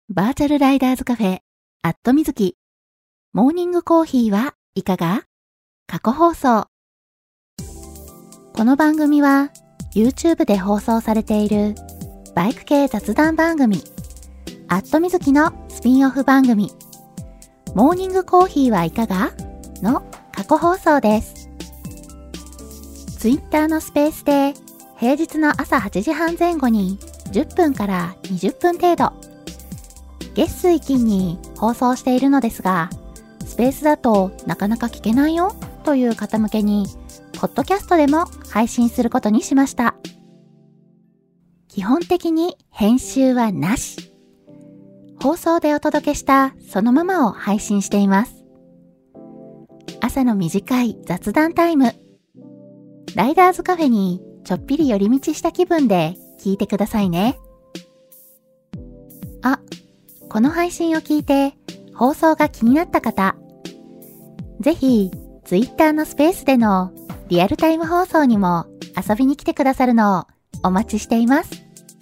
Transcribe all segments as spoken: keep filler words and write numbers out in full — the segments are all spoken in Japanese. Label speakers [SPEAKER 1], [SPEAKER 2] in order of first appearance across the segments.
[SPEAKER 1] バーチャルライダーズカフェ、アットみずき。モーニングコーヒーはいかが？過去放送。この番組は YouTube で放送されているバイク系雑談番組、アットみずきのスピンオフ番組、モーニングコーヒーはいかが？の過去放送です。Twitter のスペースで平日の朝はちじはん前後にじゅっぷんからにじゅっぷん程度、月水金に放送しているのですが、スペースだとなかなか聞けないよという方向けに、ポッドキャストでも配信することにしました。基本的に編集はなし。放送でお届けしたそのままを配信しています。朝の短い雑談タイム。ライダーズカフェにちょっぴり寄り道した気分で聞いてくださいね。あ、この配信を聞いて放送が気になった方、ぜひ Twitter のスペースでのリアルタイム放送にも遊びに来てくださるのをお待ちしています。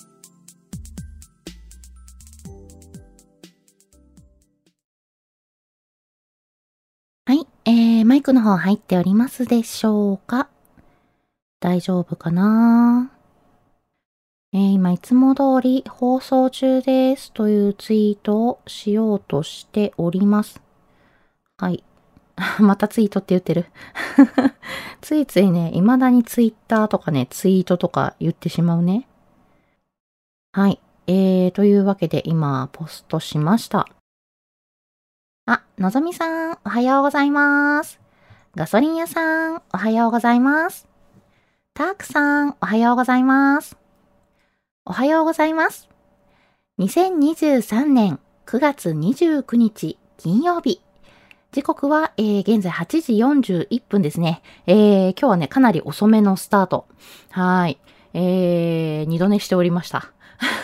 [SPEAKER 1] はい、えー、マイクの方入っておりますでしょうか？大丈夫かな？えー、今いつも通り放送中ですというツイートをしようとしております。はい。またツイートって言ってる。ついついね、未だにツイッターとかね、ツイートとか言ってしまうね。はい。えー、というわけで今ポストしました。あ、のぞみさん、おはようございます。ガソリン屋さん、おはようございます。タークさん、おはようございます。おはようございます。にせんにじゅうさんねんくがつにじゅうくにち金曜日。時刻は、えー、現在はちじよんじゅういっぷんですね。えー、今日はね、かなり遅めのスタート。はい。えー、二度寝しておりました。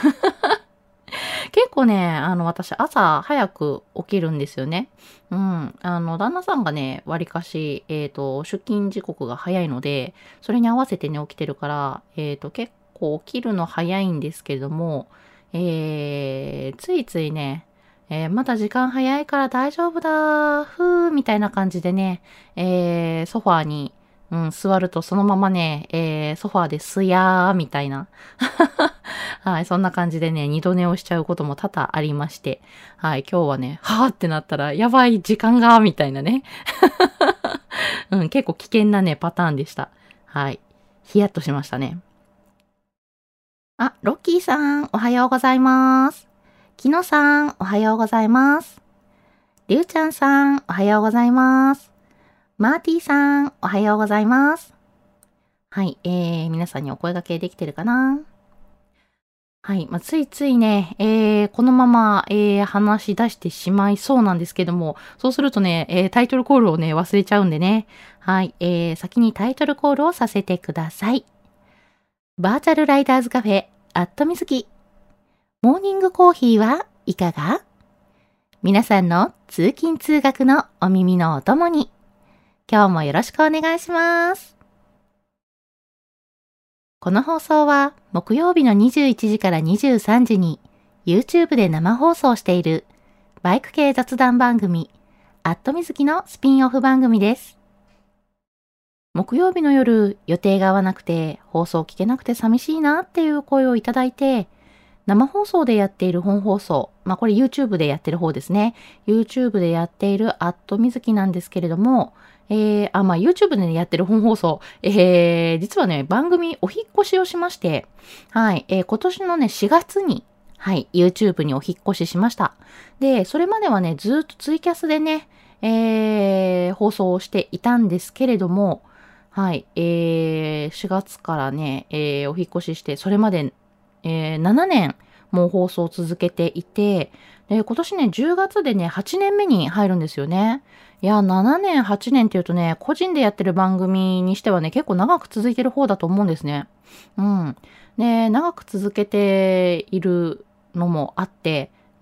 [SPEAKER 1] 結構ね、あの、私、朝早く起きるんですよね。うん。あの、旦那さんがね、わりかし、えっと、出勤時刻が早いので、それに合わせてね、起きてるから、えっと、結構起きるの早いんですけれども、えー、ついついね、えー、まだ時間早いから大丈夫だ、ふー、みたいな感じでね、えー、ソファーに、うん、座るとそのままね、えー、ソファーですやー、みたいな。はい、そんな感じでね、二度寝をしちゃうことも多々ありまして、はい、今日はね、はーってなったら、やばい、時間が、みたいなね。うん、結構危険なね、パターンでした。はい。ヒヤッとしましたね。あ、ロッキーさん、おはようございます。キノさん、おはようございます。リュウちゃんさん、おはようございます。マーティーさん、おはようございます。はい、えー、皆さんにお声掛けできてるかな？はい、まあ、ついついね、えー、このまま、えー、話し出してしまいそうなんですけども、そうするとね、えー、タイトルコールをね、忘れちゃうんでね。はい、えー、先にタイトルコールをさせてください。バーチャルライダーズカフェ、アットみずき。モーニングコーヒーはいかが？皆さんの通勤通学のお耳のお供に、今日もよろしくお願いします。この放送は木曜日のにじゅういちじからにじゅうさんじに YouTube で生放送しているバイク系雑談番組アットみずきのスピンオフ番組です。木曜日の夜予定が合わなくて放送聞けなくて寂しいなっていう声をいただいて、生放送でやっている本放送、まあこれ YouTube でやってる方ですね。YouTube でやっているアットみずきなんですけれども、えー、あ、まあ YouTube で、ね、やってる本放送、えー、実はね、番組お引っ越しをしまして、はい、えー、今年のね、しがつに、はい、YouTube にお引っ越ししました。で、それまではね、ずっとツイキャスでね、えー、放送をしていたんですけれども、はい、えー、しがつからね、えー、お引っ越しして、それまでえー、ななねんもう放送を続けていて、で、今年ね、じゅうがつでね、はちねんめに入るんですよね。いや、ななねん、はちねんっていうとね、個人でやってる番組にしてはね、結構長く続いてる方だと思うんですね。うん。で、長く続けているのもあって、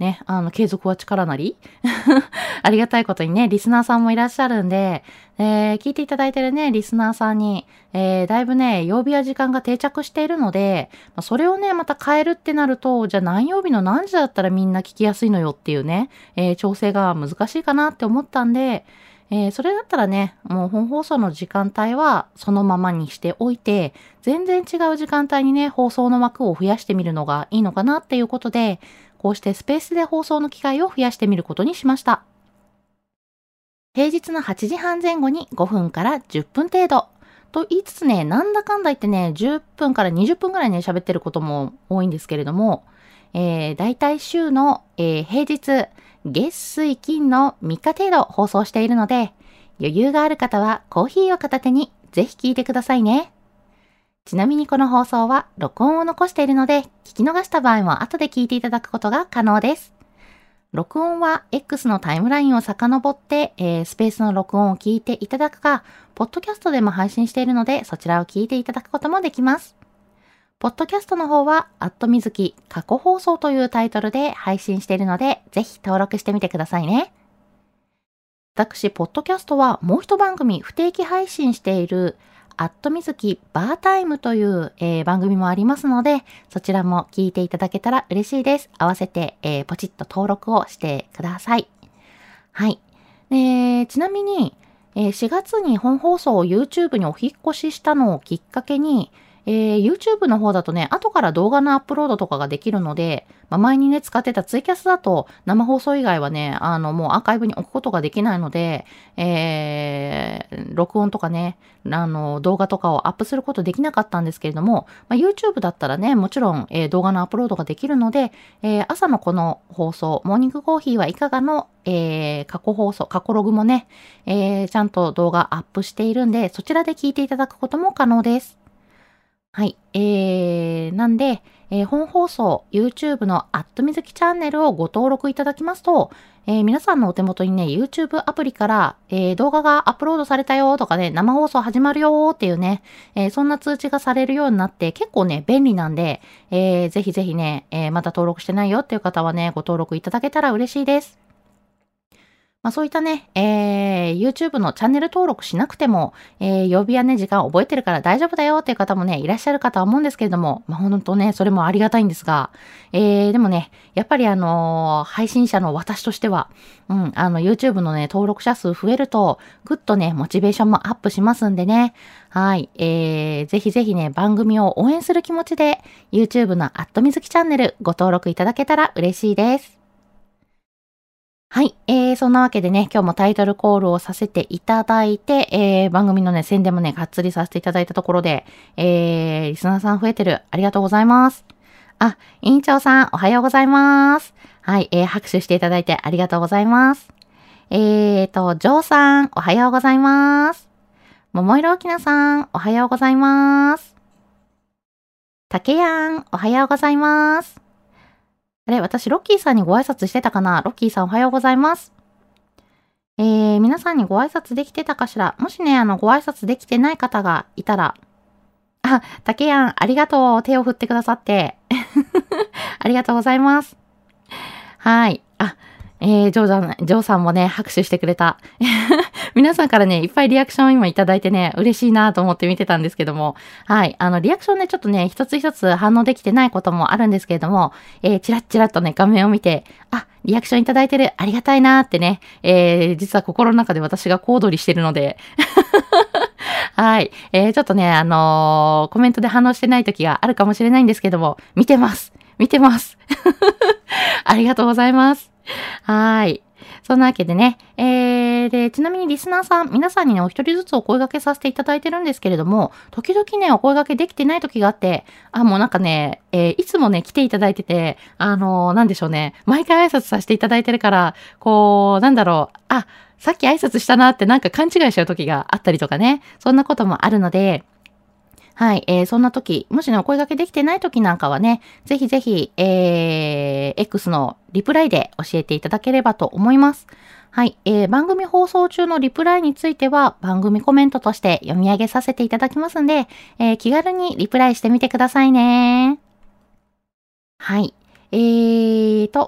[SPEAKER 1] ね、あの、継続は力なりありがたいことにね、リスナーさんもいらっしゃるんで、えー、聞いていただいてるね、リスナーさんに、えー、だいぶね、曜日や時間が定着しているので、まあ、それをね、また変えるってなると、じゃあ何曜日の何時だったらみんな聞きやすいのよっていうね、えー、調整が難しいかなって思ったんで、えー、それだったらね、もう本放送の時間帯はそのままにしておいて、全然違う時間帯にね、放送の枠を増やしてみるのがいいのかなっていうことで、こうしてスペースで放送の機会を増やしてみることにしました。平日のはちじはんぜん後にごふんからじゅっぷん程度。と言いつつね、なんだかんだ言ってね、じゅっぷんからにじゅっぷんぐらいね、喋ってることも多いんですけれども、えー、だいたい週の、えー、平日、月水金のみっか程度放送しているので、余裕がある方はコーヒーを片手にぜひ聞いてくださいね。ちなみにこの放送は録音を残しているので、聞き逃した場合も後で聞いていただくことが可能です。録音は X のタイムラインを遡って、えー、スペースの録音を聞いていただくか、ポッドキャストでも配信しているので、そちらを聞いていただくこともできます。ポッドキャストの方は、アットみずき過去放送というタイトルで配信しているので、ぜひ登録してみてくださいね。私、ポッドキャストはもう一番組不定期配信している、アットみずきバータイムという、えー、番組もありますので、そちらも聞いていただけたら嬉しいです。合わせて、えー、ポチッと登録をしてください。はい。で、ちなみに、えー、しがつに本放送を YouTube にお引っ越ししたのをきっかけに、えー、YouTube の方だとね、後から動画のアップロードとかができるので、まあ、前にね、使ってたツイキャスだと生放送以外はね、あの、もうアーカイブに置くことができないので、えー、録音とかね、あの、動画とかをアップすることできなかったんですけれども、まあ、YouTube だったらね、もちろん、えー、動画のアップロードができるので、えー、朝のこの放送、モーニングコーヒーはいかがの、えー、過去放送、過去ログもね、えー、ちゃんと動画アップしているんで、そちらで聞いていただくことも可能です。はい。えー、なんで、えー、本放送、YouTube のアットみずきチャンネルをご登録いただきますと、えー、皆さんのお手元にね、YouTube アプリから、えー、動画がアップロードされたよとかね、生放送始まるよっていうね、えー、そんな通知がされるようになって、結構ね、便利なんで、えー、ぜひぜひね、えー、また登録してないよっていう方はね、ご登録いただけたら嬉しいです。まあそういったね、えー、YouTube のチャンネル登録しなくても、えー、曜日やね、時間覚えてるから大丈夫だよっていう方もね、いらっしゃるかとは思うんですけれども、まあ本当ね、それもありがたいんですが、えー、でもね、やっぱりあのー配信者の私としては、うん、あの YouTube のね、登録者数増えると、ぐっとね、モチベーションもアップしますんでね、はい、えー、ぜひぜひね、番組を応援する気持ちで、YouTube のアットみずきチャンネルご登録いただけたら嬉しいです。はい。えー、そんなわけでね、今日もタイトルコールをさせていただいて、えー、番組のね、宣伝もね、がっつりさせていただいたところで、えー、リスナーさん増えてる。ありがとうございます。あ、委員長さん、おはようございます。はい。えー、拍手していただいてありがとうございます。えーと、ジョーさん、おはようございます。桃色きなさん、おはようございます。竹やん、おはようございます。あれ、私、ロッキーさんにご挨拶してたかな？ロッキーさんおはようございます。えー、皆さんにご挨拶できてたかしら？もしね、あの、ご挨拶できてない方がいたら、あ、竹やん、ありがとう。手を振ってくださって。ありがとうございます。はい。あ、えー、ジョーさん、ジョーさんもね、拍手してくれた。皆さんからね、いっぱいリアクション今いただいてね、嬉しいなと思って見てたんですけども、はい。あの、リアクションね、ちょっとね、一つ一つ反応できてないこともあるんですけれども、えー、チラッチラッとね、画面を見て、あ、リアクションいただいてる、ありがたいなーってね、えー、実は心の中で私が小躍りしてるので、はい。えー、ちょっとね、あのー、コメントで反応してない時があるかもしれないんですけども、見てます。見てます。ありがとうございます。はい。そんなわけでね、えー、で、ちなみにリスナーさん、皆さんにね、お一人ずつお声掛けさせていただいてるんですけれども、時々ね、お声掛けできてない時があって、あ、もうなんかね、えー、いつもね、来ていただいてて、あのー、なんでしょうね、毎回挨拶させていただいてるから、こう、なんだろう、あ、さっき挨拶したなってなんか勘違いしちゃう時があったりとかね、そんなこともあるので、はい、えー、そんな時、もしね、お声掛けできてない時なんかはね、ぜひぜひ、えー、X のリプライで教えていただければと思います。はい、えー、番組放送中のリプライについては、番組コメントとして読み上げさせていただきますんで、えー、気軽にリプライしてみてくださいね。はい、えーと、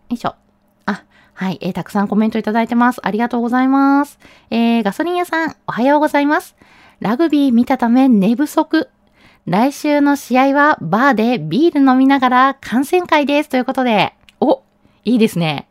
[SPEAKER 1] いしょ。あ、はい、えー、たくさんコメントいただいてます。ありがとうございます。えー、ガソリン屋さん、おはようございます。ラグビー見たため寝不足。来週の試合はバーでビール飲みながら観戦会です。ということで、お、いいですね。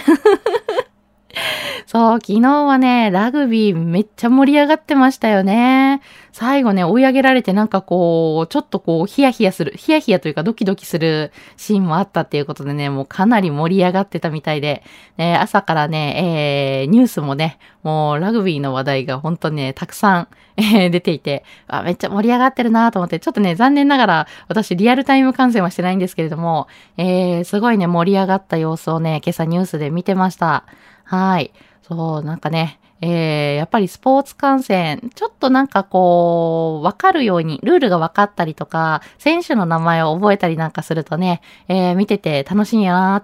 [SPEAKER 1] そう、昨日はね、ラグビーめっちゃ盛り上がってましたよね。最後ね、追い上げられてなんかこう、ちょっとこう、ヒヤヒヤする、ヒヤヒヤというかドキドキするシーンもあったっていうことでね、もうかなり盛り上がってたみたいで、ね、朝からね、えー、ニュースもね、もうラグビーの話題が本当にね、たくさん、えー、出ていて、あ、めっちゃ盛り上がってるなと思って、ちょっとね、残念ながら私リアルタイム観戦はしてないんですけれども、えー、すごいね、盛り上がった様子をね、今朝ニュースで見てました。はい。そう、なんかね、えー、やっぱりスポーツ観戦、ちょっとなんかこう、わかるように、ルールが分かったりとか、選手の名前を覚えたりなんかするとね、えー、見てて楽しいなーって、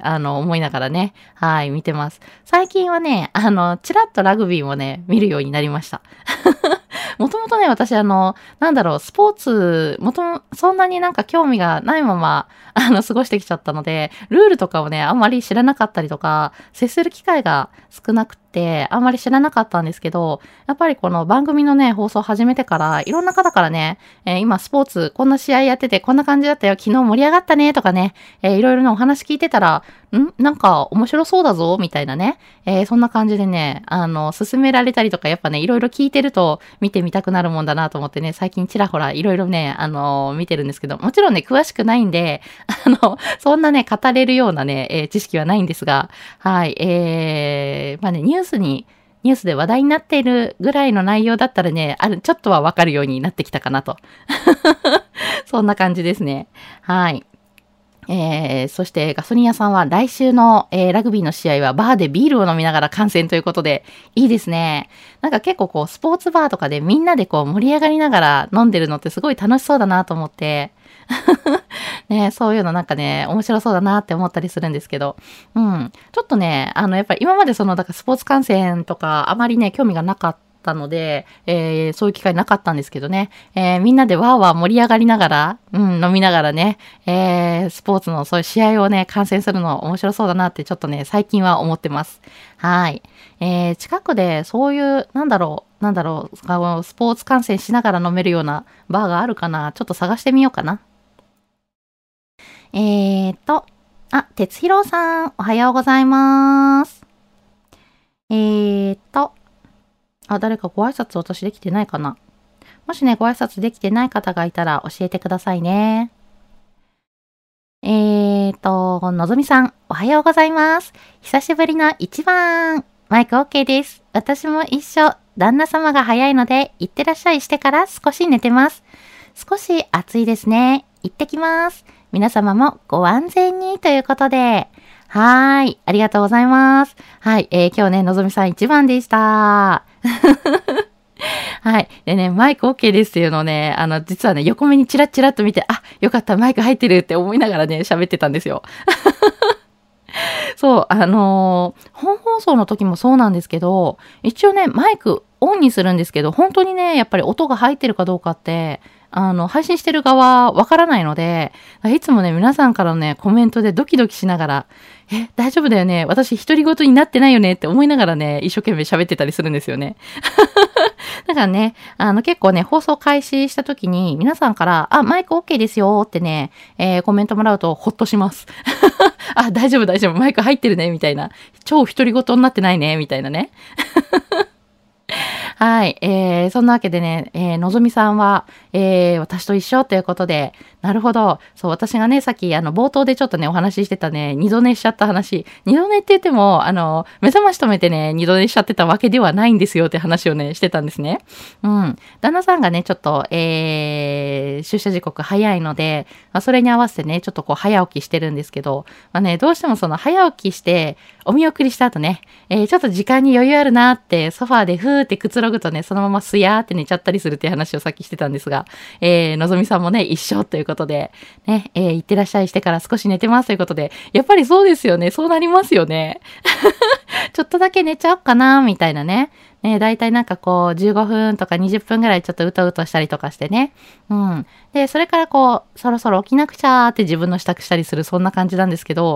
[SPEAKER 1] あの、思いながらね、はい、見てます。最近はね、あの、ちらっとラグビーもね、見るようになりました。もともとね、私あの、なんだろう、スポーツ、もとも、そんなになんか興味がないまま、あの、過ごしてきちゃったので、ルールとかをね、あんまり知らなかったりとか、接する機会が少なくて、あんまり知らなかったんですけど、やっぱりこの番組のね、放送を始めてから、いろんな方からね、えー、今スポーツ、こんな試合やってて、こんな感じだったよ、昨日盛り上がったね、とかね、えー、いろいろなお話聞いてたら、んなんか面白そうだぞみたいなね。えー、そんな感じでね、あの、勧められたりとか、やっぱね、いろいろ聞いてると見てみたくなるもんだなと思ってね、最近ちらほらいろいろね、あの、見てるんですけど、もちろんね、詳しくないんで、あの、そんなね、語れるようなね、えー、知識はないんですが、はい、えー、まあね、ニュースに、ニュースで話題になっているぐらいの内容だったらね、ある、ちょっとはわかるようになってきたかなと。そんな感じですね。はい。えー、そしてガソリン屋さんは来週の、えー、ラグビーの試合はバーでビールを飲みながら観戦ということで、いいですね。なんか結構こうスポーツバーとかでみんなでこう盛り上がりながら飲んでるのってすごい楽しそうだなと思って、ね、そういうのなんかね、面白そうだなって思ったりするんですけど、うん。ちょっとね、あの、やっぱり今までその、だからスポーツ観戦とかあまりね、興味がなかった。ので、えー、そういう機会なかったんですけどね、えー、みんなでわーわー盛り上がりながら、うん、飲みながらね、えー、スポーツのそういう試合をね、観戦するの面白そうだなってちょっとね、最近は思ってます。はい。えー、近くでそういう、なんだろう、なんだろう、あのスポーツ観戦しながら飲めるようなバーがあるかな、ちょっと探してみようかな。えーと、あ、哲弘さん、おはようございます。えーと、あ、誰かご挨拶私できてないかな。もしね、ご挨拶できてない方がいたら教えてくださいね。えーと、のぞみさん、おはようございます。久しぶりの一番。マイク OK です。私も一緒。旦那様が早いので、行ってらっしゃいしてから少し寝てます。少し暑いですね。行ってきます。皆様もご安全にということで。はーい。ありがとうございます。はい。えー、今日ね、のぞみさん一番でした。はい。でね、マイク OK ですっていうのをね、あの、実はね、横目にチラッチラッと見て、あ、よかった、マイク入ってるって思いながらね、喋ってたんですよ。そう、あのー、本放送の時もそうなんですけど、一応ね、マイクオンにするんですけど、本当にね、やっぱり音が入ってるかどうかって、あの、配信してる側わからないので、いつもね、皆さんからのね、コメントでドキドキしながら、え、大丈夫だよね、私独り言になってないよねって思いながらね、一生懸命喋ってたりするんですよね。だからね、あの結構ね、放送開始した時に皆さんから、あ、マイク OK ですよってね、えー、コメントもらうとほっとします。あ、大丈夫大丈夫、マイク入ってるね、みたいな。超独り言になってないね、みたいなね。はい。えー、そんなわけでね、えー、のぞみさんは、えー、私と一緒ということで、なるほど。そう、私がね、さっき、あの、冒頭でちょっとね、お話ししてたね、二度寝しちゃった話。二度寝って言っても、あの、目覚まし止めてね、二度寝しちゃってたわけではないんですよって話をね、してたんですね。うん。旦那さんがね、ちょっと、えー、出社時刻早いので、まあ、それに合わせてね、ちょっとこう、早起きしてるんですけど、まあね、どうしてもその、早起きして、お見送りした後ね、えー、ちょっと時間に余裕あるなって、ソファーでふーってくつろぐとね、そのまますやーって寝ちゃったりするっていう話をさっきしてたんですが、えー、のぞみさんもね、一緒ということで、ね、えー、行ってらっしゃいしてから少し寝てますということで、やっぱりそうですよね、そうなりますよね。ちょっとだけ寝ちゃおうかな、みたいなね。ね、だいたいなんかこう、じゅうごふんとかにじゅっぷんぐらいちょっとうとうとしたりとかしてね。うん。で、それからこう、そろそろ起きなくちゃーって自分の支度したりする、そんな感じなんですけど、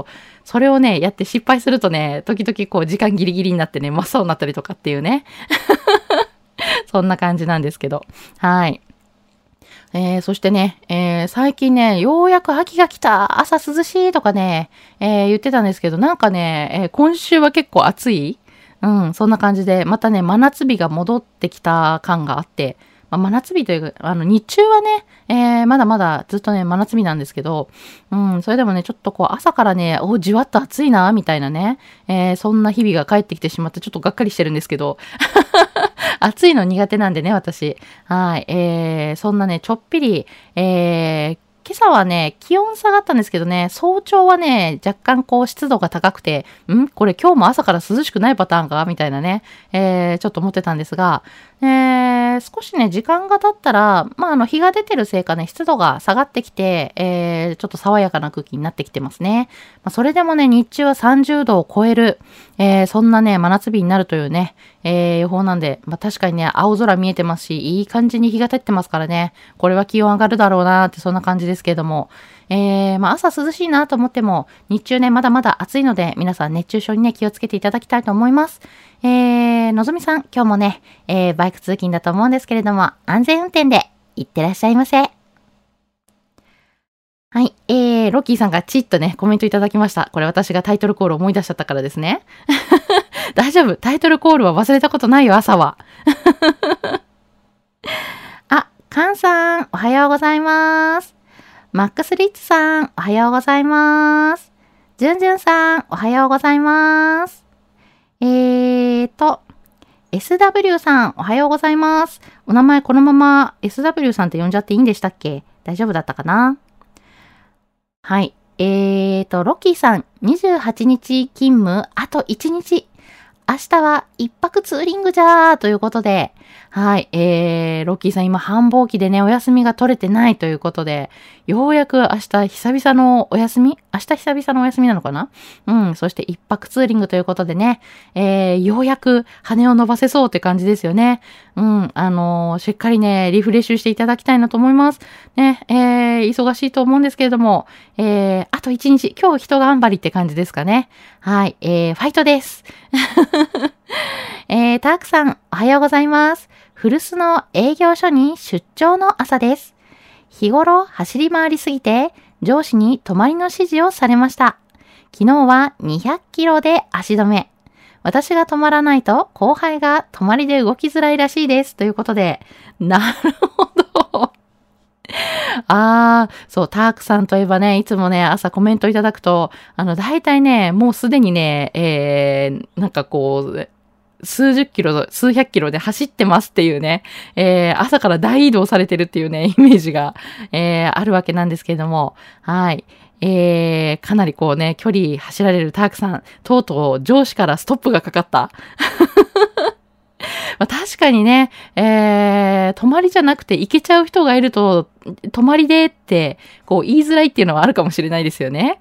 [SPEAKER 1] それをね、やって失敗するとね、時々こう時間ギリギリになってね、真っ青になったりとかっていうね。そんな感じなんですけど。はい。えー、そしてね、えー、最近ね、ようやく秋が来た、朝涼しいとかね、えー、言ってたんですけど、なんかね、えー、今週は結構暑い。うん、そんな感じで、またね、真夏日が戻ってきた感があって、まあ、真夏日というか、あの、日中はね、えー、まだまだずっとね、真夏日なんですけど、うん、それでもね、ちょっとこう、朝からね、お、じわっと暑いな、みたいなね、えー、そんな日々が帰ってきてしまって、ちょっとがっかりしてるんですけど、暑いの苦手なんでね、私。はい。えー、そんなね、ちょっぴり、えー、今朝はね、気温下がったんですけどね、早朝はね、若干こう湿度が高くて、んこれ今日も朝から涼しくないパターンかみたいなね、えー、ちょっと思ってたんですが、えー、少しね、時間が経ったら、まあ、あの、日が出てるせいかね、湿度が下がってきて、えー、ちょっと爽やかな空気になってきてますね。まあ、それでもね、日中はさんじゅうどを超える、えー、そんなね、真夏日になるというね、えー、予報なんで、まあ、確かにね、青空見えてますし、いい感じに日が照ってますからね、これは気温上がるだろうなーって、そんな感じですけれども、えー、まあ、朝涼しいなと思っても、日中ね、まだまだ暑いので、皆さん熱中症にね、気をつけていただきたいと思います。えー、のぞみさん、今日もね、えー、バイク通勤だと思うんですけれども、安全運転で行ってらっしゃいませ。はい。えー、ロッキーさんがチッとね、コメントいただきました。これ私がタイトルコールを思い出しちゃったからですね。大丈夫。タイトルコールは忘れたことないよ、朝は。あ、カンさん、おはようございます。マックスリッツさん、おはようございます。ジュンジュンさん、おはようございます。えーと、エスダブリュー さん、おはようございます。お名前このまま エスダブリュー さんって呼んじゃっていいんでしたっけ？大丈夫だったかな？はい。えーと、ロッキーさん、にじゅうはちにち勤務、あといちにち。明日は一泊ツーリングじゃーということで、はい、えー、ロッキーさん今繁忙期でね、お休みが取れてないということで、ようやく明日久々のお休み明日久々のお休みなのかな？うん、そして一泊ツーリングということでね、えー、ようやく羽を伸ばせそうって感じですよね。うん、あのー、しっかりね、リフレッシュしていただきたいなと思います。ね、えー、忙しいと思うんですけれども、えー、あと一日、今日人頑張りって感じですかね。はい、えー、ファイトです。えー、タークさん、おはようございます。古巣の営業所に出張の朝です。日頃走り回りすぎて、上司に泊まりの指示をされました。昨日はにひゃくキロで足止め。私が止まらないと後輩が泊まりで動きづらいらしいです。ということで、なるほど。ああ、そう、タークさんといえばね、いつもね、朝コメントいただくと、あの、大体ね、もうすでにね、えー、なんかこう、数十キロ、数百キロで走ってますっていうね、えー、朝から大移動されてるっていうね、イメージが、えー、あるわけなんですけれども、はい。えー、かなりこうね、距離走られるタークさん、とうとう上司からストップがかかった。まあ、確かにね、えー、泊まりじゃなくて行けちゃう人がいると、泊まりでって、こう言いづらいっていうのはあるかもしれないですよね。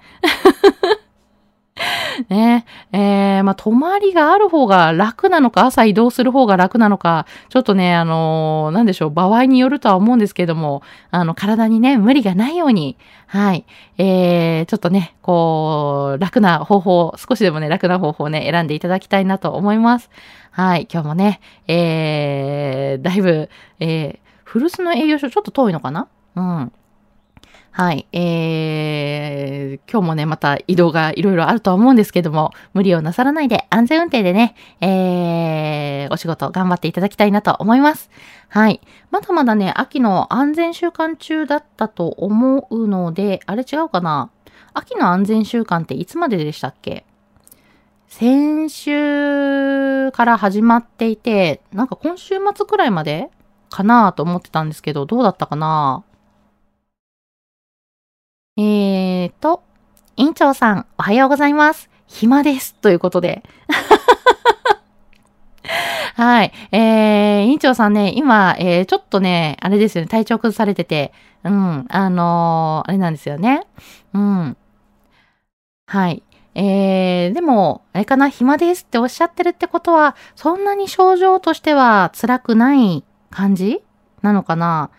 [SPEAKER 1] ねえー、まあ、泊まりがある方が楽なのか、朝移動する方が楽なのか、ちょっとね、あのー、なんでしょう、場合によるとは思うんですけども、あの、体にね、無理がないように、はい、えー、ちょっとね、こう、楽な方法、少しでもね、楽な方法をね、選んでいただきたいなと思います。はい、今日もね、えー、だいぶ、えー、古巣の営業所ちょっと遠いのかな？うん。はい。えー、今日もね、また移動がいろいろあるとは思うんですけども、無理をなさらないで安全運転でね、えー、お仕事頑張っていただきたいなと思います。はい。まだまだね、秋の安全週間中だったと思うので、あれ違うかな？秋の安全週間っていつまででしたっけ？先週から始まっていて、なんか今週末くらいまでかなと思ってたんですけど、どうだったかな？えーと、院長さん、おはようございます。暇です。ということで。はい。えー、院長さんね、今、えー、ちょっとね、あれですよね、体調崩されてて、うん、あのー、あれなんですよね。うん。はい。えー、でも、あれかな、暇ですっておっしゃってるってことは、そんなに症状としては辛くない感じなのかな。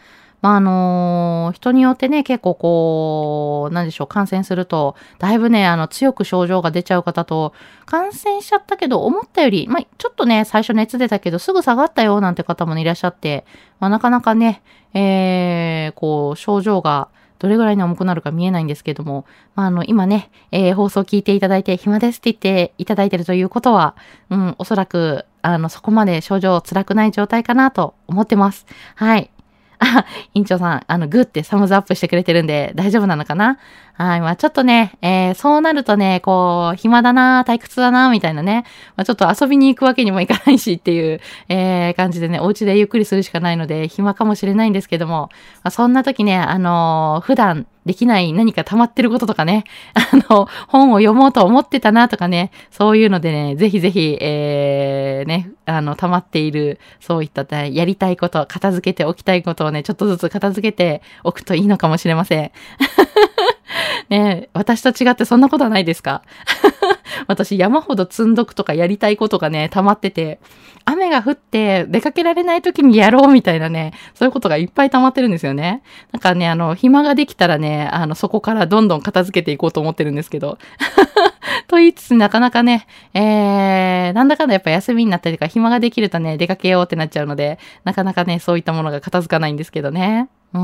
[SPEAKER 1] まあ、あのー人によってね、結構こう、なんでしょう、感染すると、だいぶね、あの、強く症状が出ちゃう方と、感染しちゃったけど、思ったより、まあ、ちょっとね、最初熱出たけど、すぐ下がったよ、なんて方もねいらっしゃって、まあ、なかなかね、えー、こう、症状が、どれぐらいに重くなるか見えないんですけども、まあ、あの、今ね、えー放送聞いていただいて、暇ですって言っていただいてるということは、うん、おそらく、あの、そこまで症状辛くない状態かなと思ってます。はい。あ、院長さん、あの、グーってサムズアップしてくれてるんで、大丈夫なのかな。はい。まあちょっとね、えーそうなるとね、こう、暇だな、退屈だな、みたいなね。まあちょっと遊びに行くわけにもいかないしっていう、えー感じでね、お家でゆっくりするしかないので、暇かもしれないんですけども、まあ、そんな時ね、あのー普段できない何か溜まってることとかね、あの、本を読もうと思ってたなとかね、そういうのでね、ぜひぜひ、えー、ね、あの、溜まっている、そういった、ね、やりたいこと、片付けておきたいことをね、ちょっとずつ片付けておくといいのかもしれません。ねえ、私と違ってそんなことはないですか？私山ほど積んどくとかやりたいことがね、溜まってて、雨が降って出かけられない時にやろうみたいなね、そういうことがいっぱい溜まってるんですよね。なんかね、あの、暇ができたらね、あの、そこからどんどん片付けていこうと思ってるんですけど。と言いつつなかなかね、えー、なんだかんだやっぱ休みになったりとか暇ができるとね、出かけようってなっちゃうので、なかなかね、そういったものが片付かないんですけどね。うん。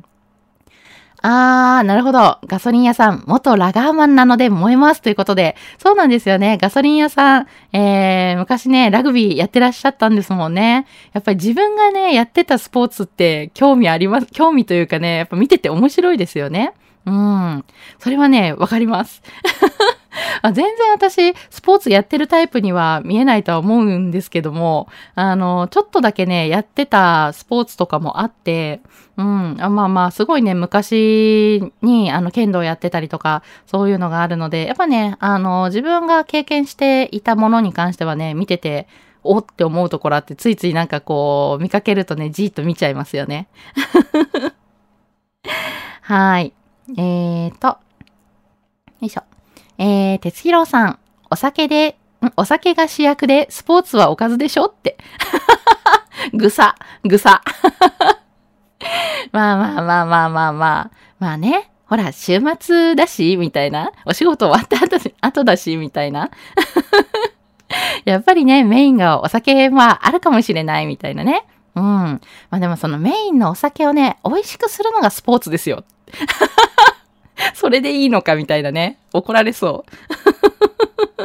[SPEAKER 1] あー、なるほど。ガソリン屋さん、元ラガーマンなので燃えますということで。そうなんですよね。ガソリン屋さん、えー、昔ね、ラグビーやってらっしゃったんですもんね。やっぱり自分がね、やってたスポーツって興味あります。興味というかね、やっぱ見てて面白いですよね。うん。それはね、わかります。あ、全然私、スポーツやってるタイプには見えないとは思うんですけども、あの、ちょっとだけね、やってたスポーツとかもあって、うん、あまあまあ、すごいね、昔に、あの、剣道やってたりとか、そういうのがあるので、やっぱね、あの、自分が経験していたものに関してはね、見てて、おって思うところあって、ついついなんかこう、見かけるとね、じーっと見ちゃいますよね。はい。えーと、よいしょ。えー、哲弘さん、お酒で、んお酒が主役で、スポーツはおかずでしょって。ぐさ、ぐさ。まあまあまあまあまあまあ。まあね。ほら、週末だし、みたいな。お仕事終わった後後だし、みたいな。やっぱりね、メインがお酒はあるかもしれない、みたいなね。うん。まあでもそのメインのお酒をね、美味しくするのがスポーツですよ。それでいいのか、みたいなね。怒られそう。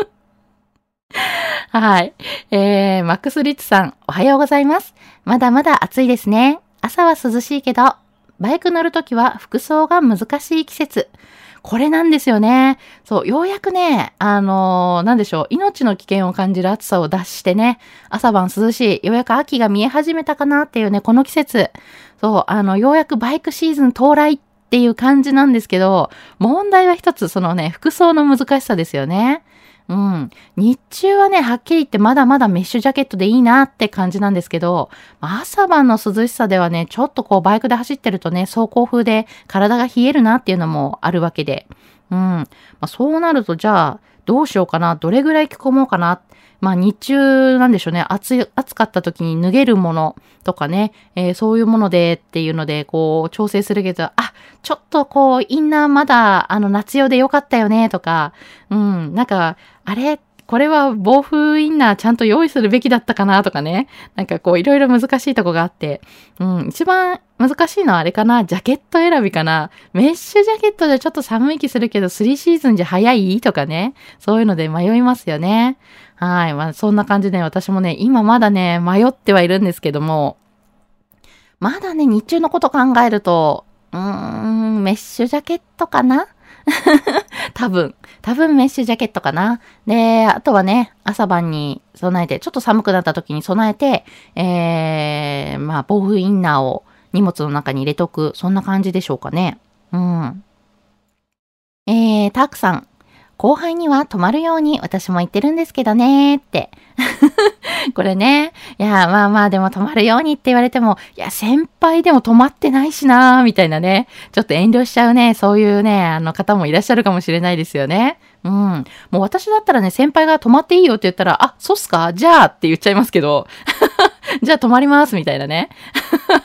[SPEAKER 1] はい。えー、マックスリッツさん、おはようございます。まだまだ暑いですね。朝は涼しいけど、バイク乗るときは服装が難しい季節。これなんですよね。そう、ようやくね、あのーなんでしょう、命の危険を感じる暑さを脱してね、朝晩涼しい、ようやく秋が見え始めたかなっていうね、この季節。そう、あの、ようやくバイクシーズン到来っていう感じなんですけど、問題は一つ、そのね、服装の難しさですよね。うん。日中はね、はっきり言ってまだまだメッシュジャケットでいいなって感じなんですけど、朝晩の涼しさではね、ちょっとこうバイクで走ってるとね、走行風で体が冷えるなっていうのもあるわけで。うん。まあ、そうなると、じゃあ、どうしようかな、どれぐらい着込もうかな。まあ日中なんでしょうね、暑い、暑かった時に脱げるものとかね、えーそういうものでっていうので、こう調整するけど、あ、ちょっとこう、インナーまだ、あの、夏用でよかったよね、とか、うん、なんか、あれこれは防風インナーちゃんと用意するべきだったかなとかね。なんかこういろいろ難しいとこがあって。うん、一番難しいのはあれかな。ジャケット選びかな。メッシュジャケットでちょっと寒い気するけど、スリーシーズンじゃ早いとかね。そういうので迷いますよね。はい。まあそんな感じで私もね、今まだね、迷ってはいるんですけども、まだね、日中のこと考えると、うーん、メッシュジャケットかな多分。多分メッシュジャケットかな。で、あとはね、朝晩に備えて、ちょっと寒くなった時に備えて、えー、まあ、防風インナーを荷物の中に入れとく。そんな感じでしょうかね。うん。えー、たくさん。後輩には泊まるように私も言ってるんですけどねーって。これね。いや、まあまあでも泊まるようにって言われても、いや、先輩でも泊まってないしなーみたいなね。ちょっと遠慮しちゃうね。そういうね、あの方もいらっしゃるかもしれないですよね。うん。もう私だったらね、先輩が泊まっていいよって言ったら、あ、そうっすかじゃあって言っちゃいますけど。じゃあ泊まりますみたいなね。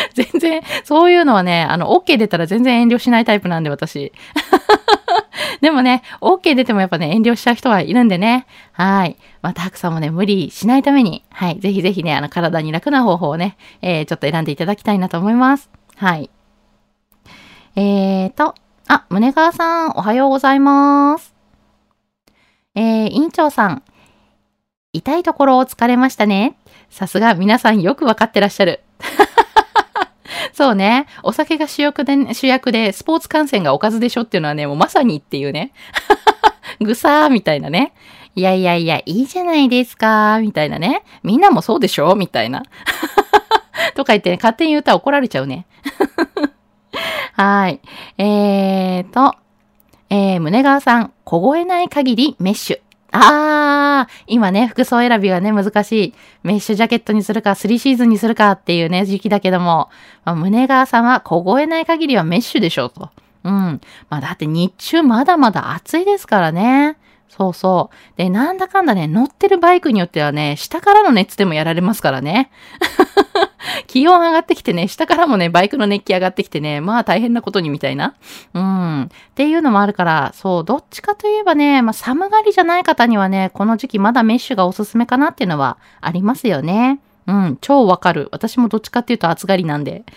[SPEAKER 1] 全然、そういうのはね、あの、OK 出たら全然遠慮しないタイプなんで、私。でもね、OK 出てもやっぱね、遠慮しちゃう人はいるんでね。はい。まあ、たくさんもね、無理しないために、はい。ぜひぜひね、あの、体に楽な方法をね、えー、ちょっと選んでいただきたいなと思います。はい。えーと、あ、宗川さん、おはようございます。えー、委員長さん、痛いところを疲れましたね。さすが皆さんよくわかってらっしゃる。そうね。お酒が主役で、主役で、スポーツ観戦がおかずでしょっていうのはね、もうまさにっていうね。ぐさーみたいなね。いやいやいや、いいじゃないですかみたいなね。みんなもそうでしょみたいな。とか言って、ね、勝手に言ったら怒られちゃうね。はい。えーと、えー、宗川さん、凍えない限りメッシュ。あー、今ね、服装選びはね、難しい。メッシュジャケットにするか、スリーシーズンにするかっていうね、時期だけども、まあ、宗川さんは凍えない限りはメッシュでしょうと。うん。まあ、だって日中まだまだ暑いですからね。そうそう。で、なんだかんだね、乗ってるバイクによってはね、下からの熱でもやられますからね。気温上がってきてね、下からもね、バイクの熱気上がってきてね、まあ大変なことにみたいな。うん。っていうのもあるから、そう、どっちかといえばね、まあ寒がりじゃない方にはね、この時期まだメッシュがおすすめかなっていうのはありますよね。うん、超わかる。私もどっちかっていうと暑がりなんで。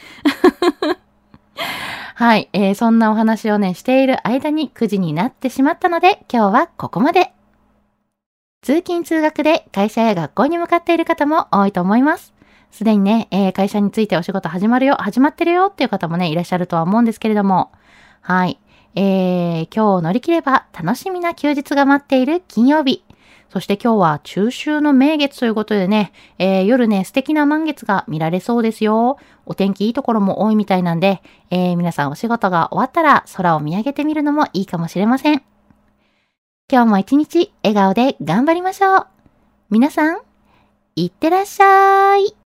[SPEAKER 1] はい、えー、そんなお話をね、している間にくじになってしまったので、今日はここまで。通勤通学で会社や学校に向かっている方も多いと思います。すでにね、えー、会社についてお仕事始まるよ、始まってるよっていう方もね、いらっしゃるとは思うんですけれども。はい。えー、今日を乗り切れば楽しみな休日が待っている金曜日。そして今日は中秋の名月ということでね、えー、夜ね、素敵な満月が見られそうですよ。お天気いいところも多いみたいなんで、えー、皆さんお仕事が終わったら空を見上げてみるのもいいかもしれません。今日も一日笑顔で頑張りましょう。皆さん、いってらっしゃい。